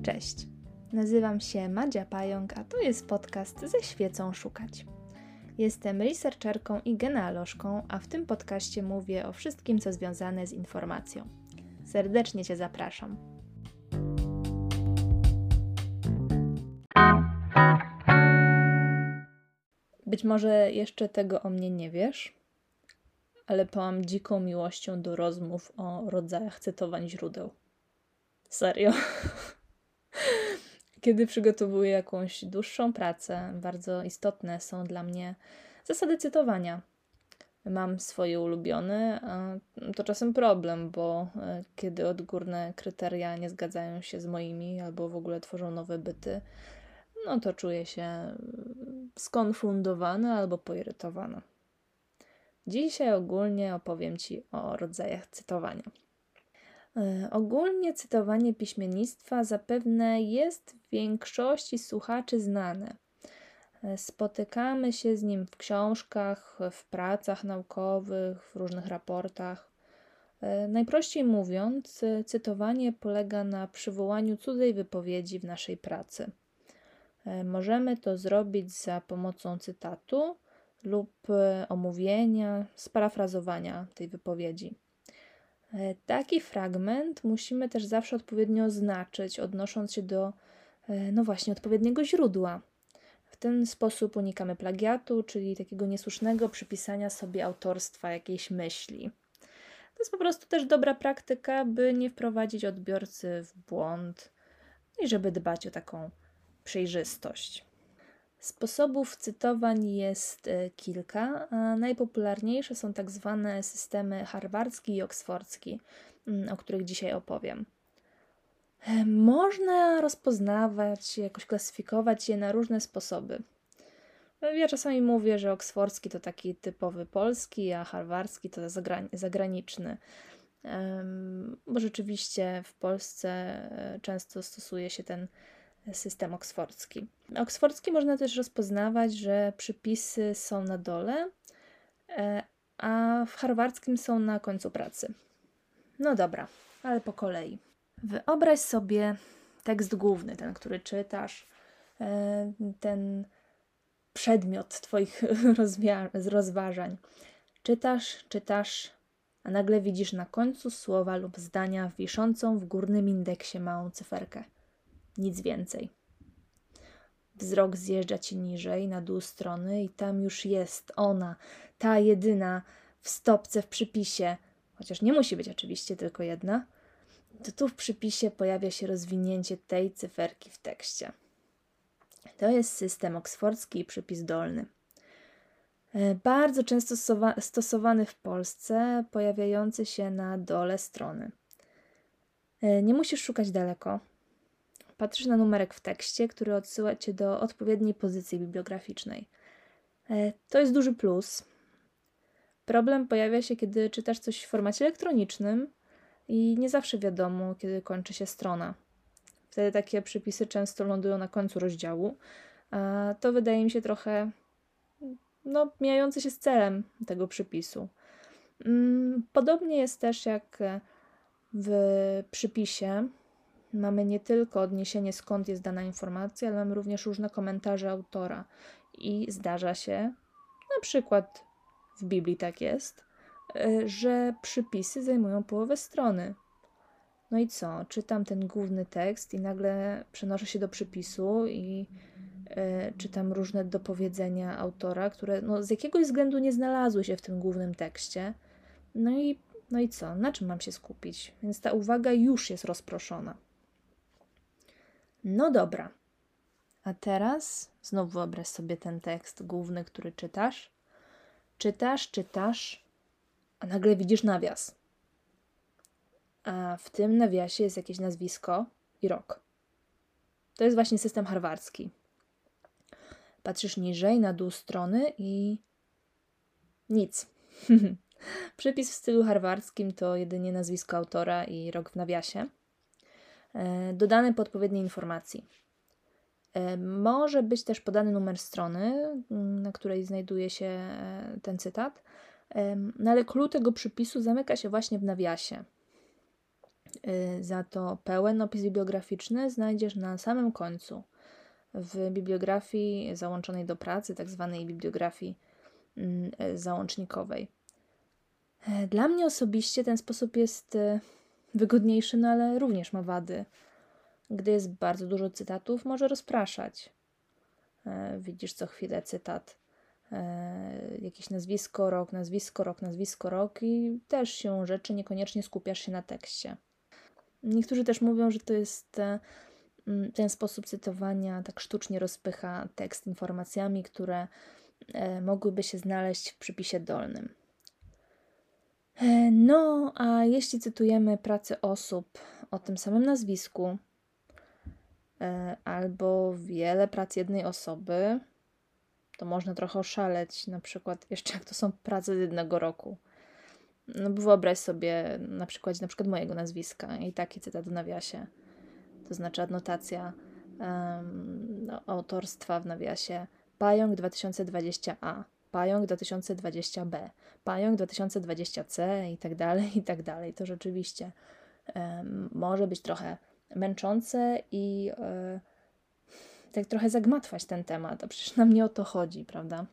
Cześć, nazywam się Madzia Pająk, a to jest podcast Ze świecą szukać. Jestem researcherką i genealożką, a w tym podcaście mówię o wszystkim, co związane z informacją. Serdecznie Cię zapraszam. Być może jeszcze tego o mnie nie wiesz, ale pałam dziką miłością do rozmów o rodzajach cytowań źródeł. Serio. Kiedy przygotowuję jakąś dłuższą pracę, bardzo istotne są dla mnie zasady cytowania. Mam swoje ulubione, a to czasem problem, bo kiedy odgórne kryteria nie zgadzają się z moimi albo w ogóle tworzą nowe byty, no to czuję się skonfundowana albo poirytowana. Dzisiaj ogólnie opowiem Ci o rodzajach cytowania. Ogólnie cytowanie piśmiennictwa zapewne jest większości słuchaczy znane. Spotykamy się z nim w książkach, w pracach naukowych, w różnych raportach. Najprościej mówiąc, cytowanie polega na przywołaniu cudzej wypowiedzi w naszej pracy. Możemy to zrobić za pomocą cytatu lub omówienia, sparafrazowania tej wypowiedzi. Taki fragment musimy też zawsze odpowiednio oznaczyć, odnosząc się do, odpowiedniego źródła. W ten sposób unikamy plagiatu, czyli takiego niesłusznego przypisania sobie autorstwa jakiejś myśli. To jest po prostu też dobra praktyka, by nie wprowadzić odbiorcy w błąd i żeby dbać o taką przejrzystość. Sposobów cytowań jest kilka, a najpopularniejsze są tak zwane systemy harwardzki i oksfordzki, o których dzisiaj opowiem. Można rozpoznawać, jakoś klasyfikować je na różne sposoby. Ja czasami mówię, że oksfordzki to taki typowy polski, a harwardzki to zagraniczny. Bo rzeczywiście w Polsce często stosuje się ten system oksfordzki. Oksfordzki można też rozpoznawać, że przypisy są na dole, a w harwardzkim są na końcu pracy. No dobra, ale po kolei. Wyobraź sobie tekst główny, ten, który czytasz, ten przedmiot Twoich rozważań. Czytasz, a nagle widzisz na końcu słowa lub zdania wiszącą w górnym indeksie małą cyferkę. Nic więcej. Wzrok zjeżdża Ci niżej, na dół strony i tam już jest ona, ta jedyna, w stopce w przypisie, chociaż nie musi być oczywiście tylko jedna, to tu w przypisie pojawia się rozwinięcie tej cyferki w tekście. To jest system oksfordzki i przypis dolny. Bardzo często stosowany w Polsce, pojawiający się na dole strony. Nie musisz szukać daleko. Patrzysz na numerek w tekście, który odsyła Cię do odpowiedniej pozycji bibliograficznej. To jest duży plus. Problem pojawia się, kiedy czytasz coś w formacie elektronicznym i nie zawsze wiadomo, kiedy kończy się strona. Wtedy takie przypisy często lądują na końcu rozdziału, a to wydaje mi się trochę mijające się z celem tego przypisu. Podobnie jest też jak w przypisie. Mamy nie tylko odniesienie, skąd jest dana informacja, ale mamy również różne komentarze autora. I zdarza się, na przykład w Biblii tak jest, że przypisy zajmują połowę strony. No i co? Czytam ten główny tekst i nagle przenoszę się do przypisu i czytam różne dopowiedzenia autora, które z jakiegoś względu nie znalazły się w tym głównym tekście. No i co? Na czym mam się skupić? Więc ta uwaga już jest rozproszona. No dobra. A teraz znów wyobraź sobie ten tekst główny, który czytasz. Czytasz, a nagle widzisz nawias. A w tym nawiasie jest jakieś nazwisko i rok. To jest właśnie system harwardzki. Patrzysz niżej, na dół strony i nic. Przypis w stylu harwardzkim to jedynie nazwisko autora i rok w nawiasie, dodane po odpowiedniej informacji. Może być też podany numer strony, na której znajduje się ten cytat, ale clue tego przypisu zamyka się właśnie w nawiasie. Za to pełen opis bibliograficzny znajdziesz na samym końcu, w bibliografii załączonej do pracy, tak zwanej bibliografii załącznikowej. Dla mnie osobiście ten sposób jest wygodniejszy, no ale również ma wady. Gdy jest bardzo dużo cytatów, może rozpraszać. Widzisz co chwilę cytat. Jakieś nazwisko, rok i też się rzeczy, niekoniecznie skupiasz się na tekście. Niektórzy też mówią, że to jest ten sposób cytowania tak sztucznie rozpycha tekst informacjami, które mogłyby się znaleźć w przypisie dolnym. No, a jeśli cytujemy pracę osób o tym samym nazwisku albo wiele prac jednej osoby, to można trochę oszaleć, na przykład jeszcze jak to są prace z jednego roku. No bo wyobraź sobie na przykład mojego nazwiska i taki cytat w nawiasie. To znaczy adnotacja autorstwa w nawiasie Pająk 2020a, Pająk 2020b, Pająk 2020c i tak dalej. To rzeczywiście może być trochę męczące i tak trochę zagmatwać ten temat, a przecież nam nie o to chodzi, prawda?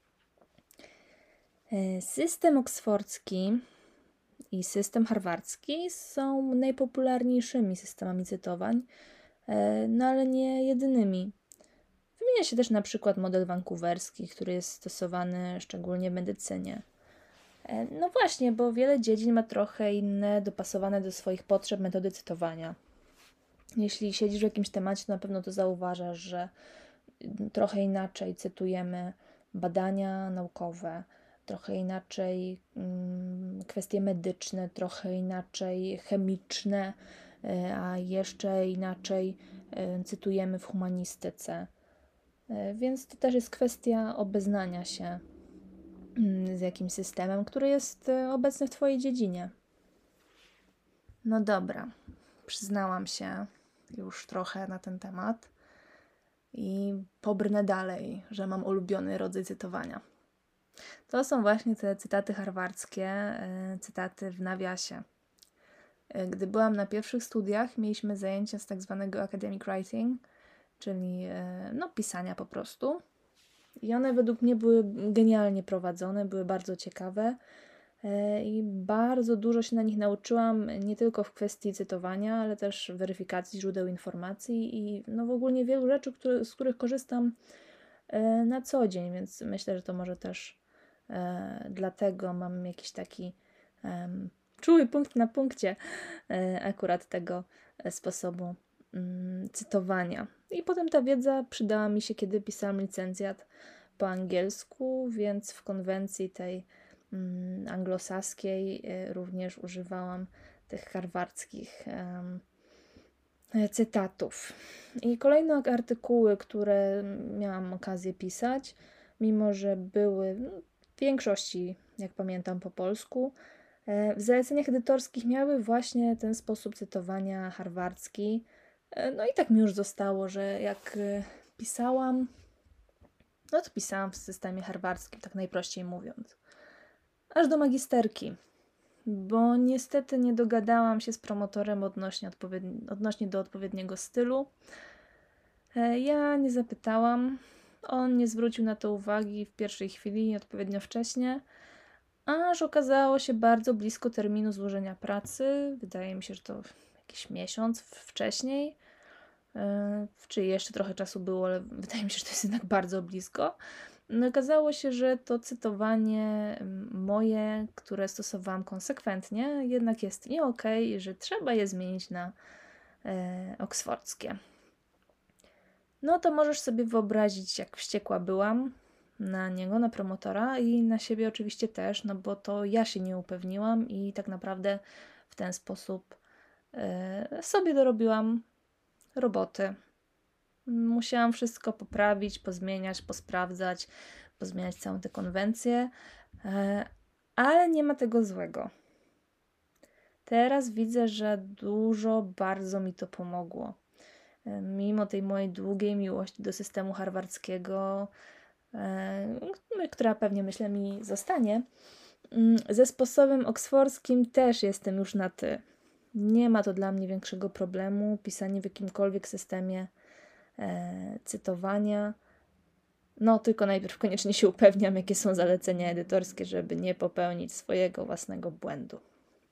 System oksfordzki i system harwardzki są najpopularniejszymi systemami cytowań, no ale nie jedynymi. Wymienia się też na przykład model vancouverski, który jest stosowany szczególnie w medycynie. No właśnie, bo wiele dziedzin ma trochę inne, dopasowane do swoich potrzeb metody cytowania. Jeśli siedzisz w jakimś temacie, to na pewno to zauważasz, że trochę inaczej cytujemy badania naukowe, trochę inaczej kwestie medyczne, trochę inaczej chemiczne, a jeszcze inaczej cytujemy w humanistyce. Więc to też jest kwestia obeznania się z jakimś systemem, który jest obecny w Twojej dziedzinie. No dobra, przyznałam się już trochę na ten temat i pobrnę dalej, że mam ulubiony rodzaj cytowania. To są właśnie te cytaty harwardzkie, cytaty w nawiasie. Gdy byłam na pierwszych studiach, mieliśmy zajęcia z tak zwanego academic writing, czyli pisania po prostu. I one według mnie były genialnie prowadzone, były bardzo ciekawe i bardzo dużo się na nich nauczyłam, nie tylko w kwestii cytowania, ale też weryfikacji źródeł informacji i w ogóle wielu rzeczy, z których korzystam na co dzień, więc myślę, że to może też dlatego mam jakiś taki czuły punkt na punkcie akurat tego sposobu cytowania. I potem ta wiedza przydała mi się, kiedy pisałam licencjat po angielsku, więc w konwencji tej anglosaskiej również używałam tych harwardzkich cytatów. I kolejne artykuły, które miałam okazję pisać, mimo że były w większości, jak pamiętam, po polsku, w zaleceniach edytorskich miały właśnie ten sposób cytowania harwardzki. No i tak mi już zostało, że jak pisałam, no to pisałam w systemie harwardzkim, tak najprościej mówiąc. Aż do magisterki, bo niestety nie dogadałam się z promotorem odnośnie do odpowiedniego stylu. Ja nie zapytałam, on nie zwrócił na to uwagi w pierwszej chwili, odpowiednio wcześnie, aż okazało się bardzo blisko terminu złożenia pracy. Wydaje mi się, że to jakiś miesiąc wcześniej, czy jeszcze trochę czasu było, ale wydaje mi się, że to jest jednak bardzo blisko. No, okazało się, że to cytowanie moje, które stosowałam konsekwentnie, jednak jest nie okej, i że trzeba je zmienić na oksfordzkie. No to możesz sobie wyobrazić, jak wściekła byłam na niego, na promotora i na siebie oczywiście też, no bo to ja się nie upewniłam i tak naprawdę w ten sposób sobie dorobiłam roboty. Musiałam wszystko poprawić, pozmieniać, posprawdzać, pozmieniać całą tę konwencję, ale nie ma tego złego. Teraz widzę, że bardzo mi to pomogło. Mimo tej mojej długiej miłości do systemu harwardzkiego, która pewnie, myślę, mi zostanie, ze sposobem oksfordzkim też jestem już na ty. Nie ma to dla mnie większego problemu, pisanie w jakimkolwiek systemie cytowania. No, tylko najpierw koniecznie się upewniam, jakie są zalecenia edytorskie, żeby nie popełnić swojego własnego błędu.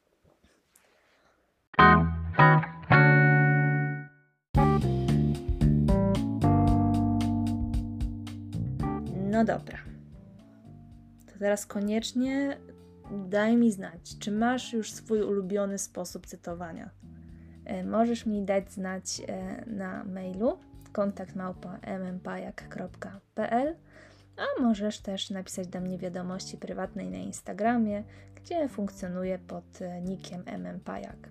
No dobra. To teraz koniecznie daj mi znać, czy masz już swój ulubiony sposób cytowania. Możesz mi dać znać na mailu kontakt@mmpajak.pl, a możesz też napisać do mnie wiadomości prywatnej na Instagramie, gdzie funkcjonuję pod nickiem mmpajak.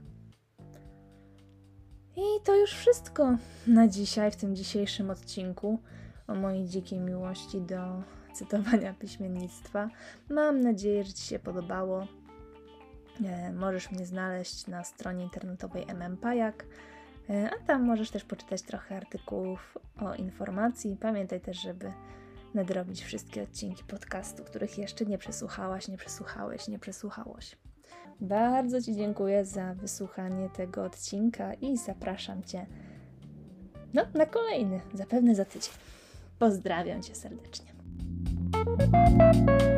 I to już wszystko na dzisiaj, w tym dzisiejszym odcinku o mojej dzikiej miłości do cytowania piśmiennictwa. Mam nadzieję, że Ci się podobało. Możesz mnie znaleźć na stronie internetowej mmpajak, a tam możesz też poczytać trochę artykułów o informacji. Pamiętaj też, żeby nadrobić wszystkie odcinki podcastu, których jeszcze nie przesłuchałaś, nie przesłuchałeś, nie przesłuchałoś. Bardzo Ci dziękuję za wysłuchanie tego odcinka i zapraszam Cię na kolejny, zapewne za tydzień. Pozdrawiam Cię serdecznie.